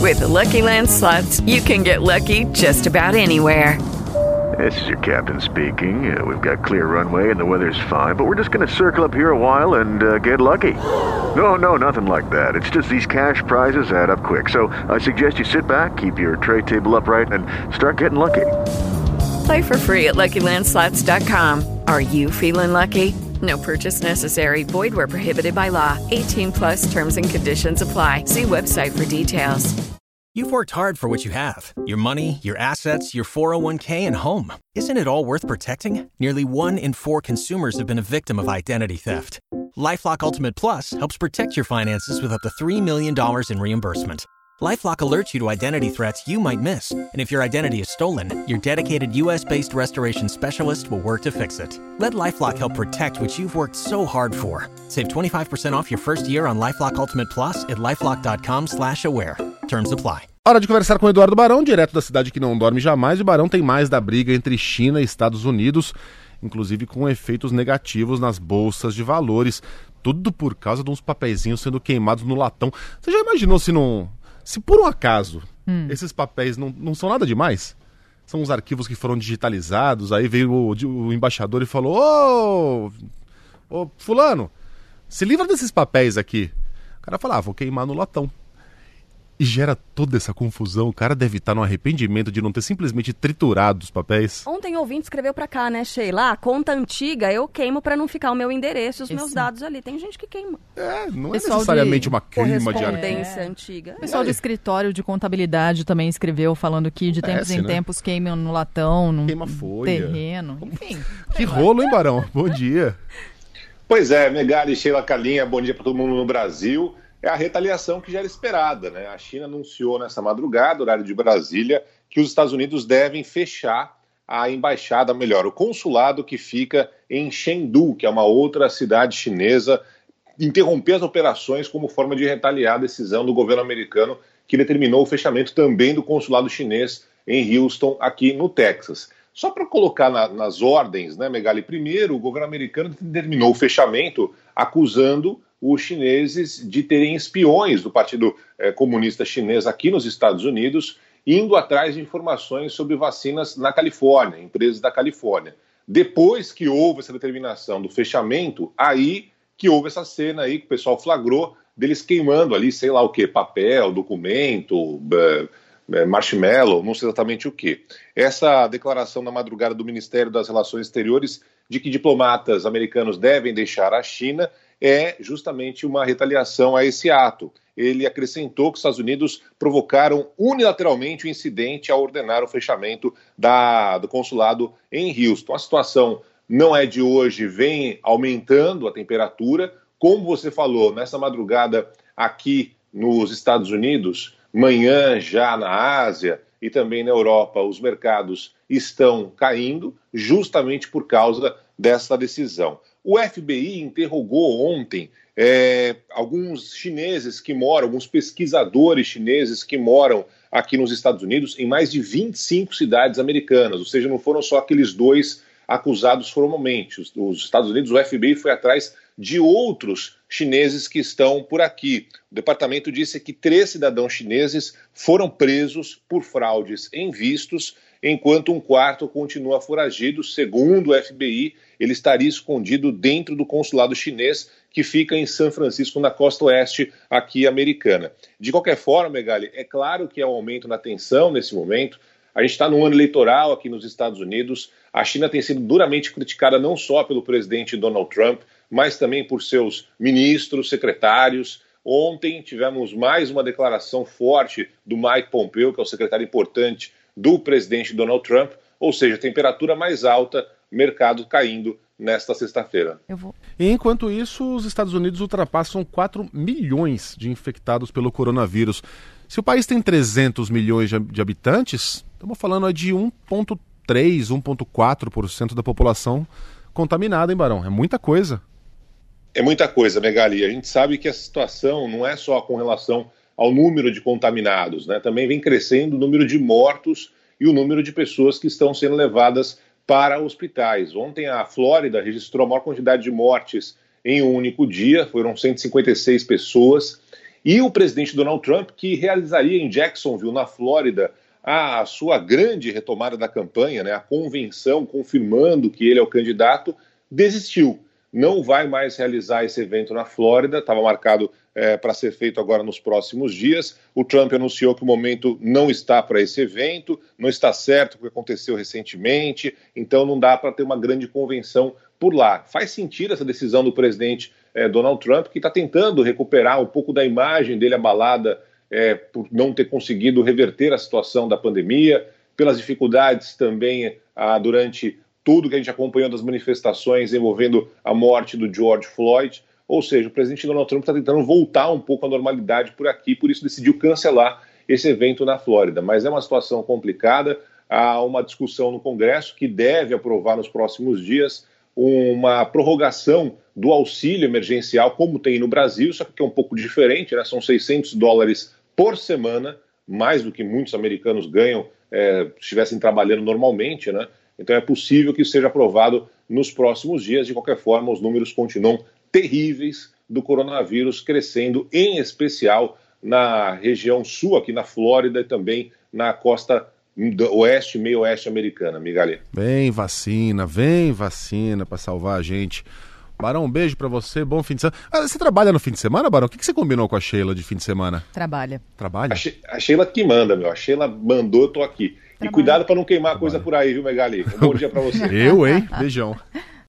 With the Lucky Land Slots, you can get lucky just about anywhere. This is your captain speaking. We've got clear runway and the weather's fine, but we're just going to circle up here a while and get lucky. No, nothing like that. It's just these cash prizes add up quick. So I suggest you sit back, keep your tray table upright, and start getting lucky. Play for free at LuckyLandSlots.com. Are you feeling lucky? No purchase necessary. Void where prohibited by law. 18 plus terms and conditions apply. See website for details. You've worked hard for what you have. Your money, your assets, your 401k, and home. Isn't it all worth protecting? Nearly 1 in 4 consumers have been a victim of identity theft. LifeLock Ultimate Plus helps protect your finances with up to $3 million in reimbursement. LifeLock alerts you to identity threats you might miss. And if your identity is stolen, your dedicated U.S.-based restoration specialist will work to fix it. Let LifeLock help protect what you've worked so hard for. Save 25% off your first year on LifeLock Ultimate Plus at LifeLock.com/aware. Terms apply. Hora de conversar com o Eduardo Barão, direto da cidade que não dorme jamais. E o Barão tem mais da briga entre China e Estados Unidos, inclusive com efeitos negativos nas bolsas de valores. Tudo por causa de uns papeizinhos sendo queimados no latão. Você já imaginou se por um acaso esses papéis não são nada demais? São os arquivos que foram digitalizados, aí veio o embaixador e falou: Ô, fulano, se livra desses papéis aqui. O cara fala: vou queimar no latão. E gera toda essa confusão. O cara deve estar no arrependimento de não ter simplesmente triturado os papéis. Ontem o ouvinte escreveu pra cá, né, Sheila? Conta antiga, eu queimo pra não ficar o meu endereço e os meus dados ali. Tem gente que queima. Não é necessariamente uma queima de correspondência antiga. O pessoal do escritório de contabilidade também escreveu falando que de tempos em tempos queimam no latão, no terreno, enfim. Que rolo, hein, Barão? Bom dia. Pois é, Megali, Sheila, Calinha, bom dia pra todo mundo no Brasil. É a retaliação que já era esperada, né? A China anunciou nessa madrugada, horário de Brasília, que os Estados Unidos devem fechar a embaixada, o consulado que fica em Chengdu, que é uma outra cidade chinesa, interromper as operações como forma de retaliar a decisão do governo americano que determinou o fechamento também do consulado chinês em Houston, aqui no Texas. Só para colocar nas ordens, né, Megali? Primeiro, o governo americano determinou o fechamento acusando os chineses de terem espiões do Partido Comunista Chinês aqui nos Estados Unidos, indo atrás de informações sobre vacinas na Califórnia, empresas da Califórnia. Depois que houve essa determinação do fechamento, aí que houve essa cena aí que o pessoal flagrou deles queimando ali, sei lá o que, papel, documento, marshmallow, não sei exatamente o que. Essa declaração na madrugada do Ministério das Relações Exteriores de que diplomatas americanos devem deixar a China é justamente uma retaliação a esse ato. Ele acrescentou que os Estados Unidos provocaram unilateralmente o incidente ao ordenar o fechamento do consulado em Houston. A situação não é de hoje, vem aumentando a temperatura. Como você falou, nessa madrugada aqui nos Estados Unidos, manhã já na Ásia e também na Europa, os mercados estão caindo justamente por causa dessa decisão. O FBI interrogou ontem alguns chineses que moram, alguns pesquisadores chineses que moram aqui nos Estados Unidos em mais de 25 cidades americanas, ou seja, não foram só aqueles 2 acusados formalmente. Os Estados Unidos, o FBI foi atrás de outros chineses que estão por aqui. O departamento disse que 3 cidadãos chineses foram presos por fraudes em vistos, enquanto um 4º continua foragido. Segundo o FBI, ele estaria escondido dentro do consulado chinês que fica em São Francisco, na costa oeste aqui americana. De qualquer forma, Megali, é claro que há um aumento na tensão nesse momento. A gente está num ano eleitoral aqui nos Estados Unidos. A China tem sido duramente criticada não só pelo presidente Donald Trump, mas também por seus ministros, secretários. Ontem tivemos mais uma declaração forte do Mike Pompeo, que é o secretário importante do presidente Donald Trump, ou seja, temperatura mais alta, mercado caindo nesta sexta-feira. E enquanto isso, os Estados Unidos ultrapassam 4 milhões de infectados pelo coronavírus. Se o país tem 300 milhões de habitantes, estamos falando de 1,3%, 1,4% da população contaminada, hein, Barão? É muita coisa. É muita coisa, Megali. A gente sabe que a situação não é só com relação ao número de contaminados, né? Também vem crescendo o número de mortos e o número de pessoas que estão sendo levadas para hospitais. Ontem a Flórida registrou a maior quantidade de mortes em um único dia, foram 156 pessoas, E o presidente Donald Trump, que realizaria em Jacksonville, na Flórida, a sua grande retomada da campanha, né, a convenção confirmando que ele é o candidato, desistiu. Não vai mais realizar esse evento na Flórida, estava marcado para ser feito agora nos próximos dias. O Trump anunciou que o momento não está para esse evento, não está certo o que aconteceu recentemente, então não dá para ter uma grande convenção por lá. Faz sentido essa decisão do presidente Donald Trump, que está tentando recuperar um pouco da imagem dele abalada por não ter conseguido reverter a situação da pandemia, pelas dificuldades também durante tudo que a gente acompanhou das manifestações envolvendo a morte do George Floyd. Ou seja, o presidente Donald Trump está tentando voltar um pouco à normalidade por aqui, por isso decidiu cancelar esse evento na Flórida. Mas é uma situação complicada, há uma discussão no Congresso que deve aprovar nos próximos dias uma prorrogação do auxílio emergencial, como tem no Brasil, só que é um pouco diferente, né? São $600 por semana, mais do que muitos americanos ganham se estivessem trabalhando normalmente, né? Então é possível que isso seja aprovado nos próximos dias. De qualquer forma, os números continuam terríveis do coronavírus, crescendo em especial na região sul, aqui na Flórida, e também na costa oeste, meio oeste americana. Migali. Vem vacina para salvar a gente. Barão, um beijo pra você, bom fim de semana. Você trabalha no fim de semana, Barão? O que você combinou com a Sheila de fim de semana? Trabalha? A Sheila que manda, meu. A Sheila mandou, eu tô aqui. E cuidado pra não queimar coisa por aí, viu, Megali? Um bom dia pra você. Eu, hein? Beijão.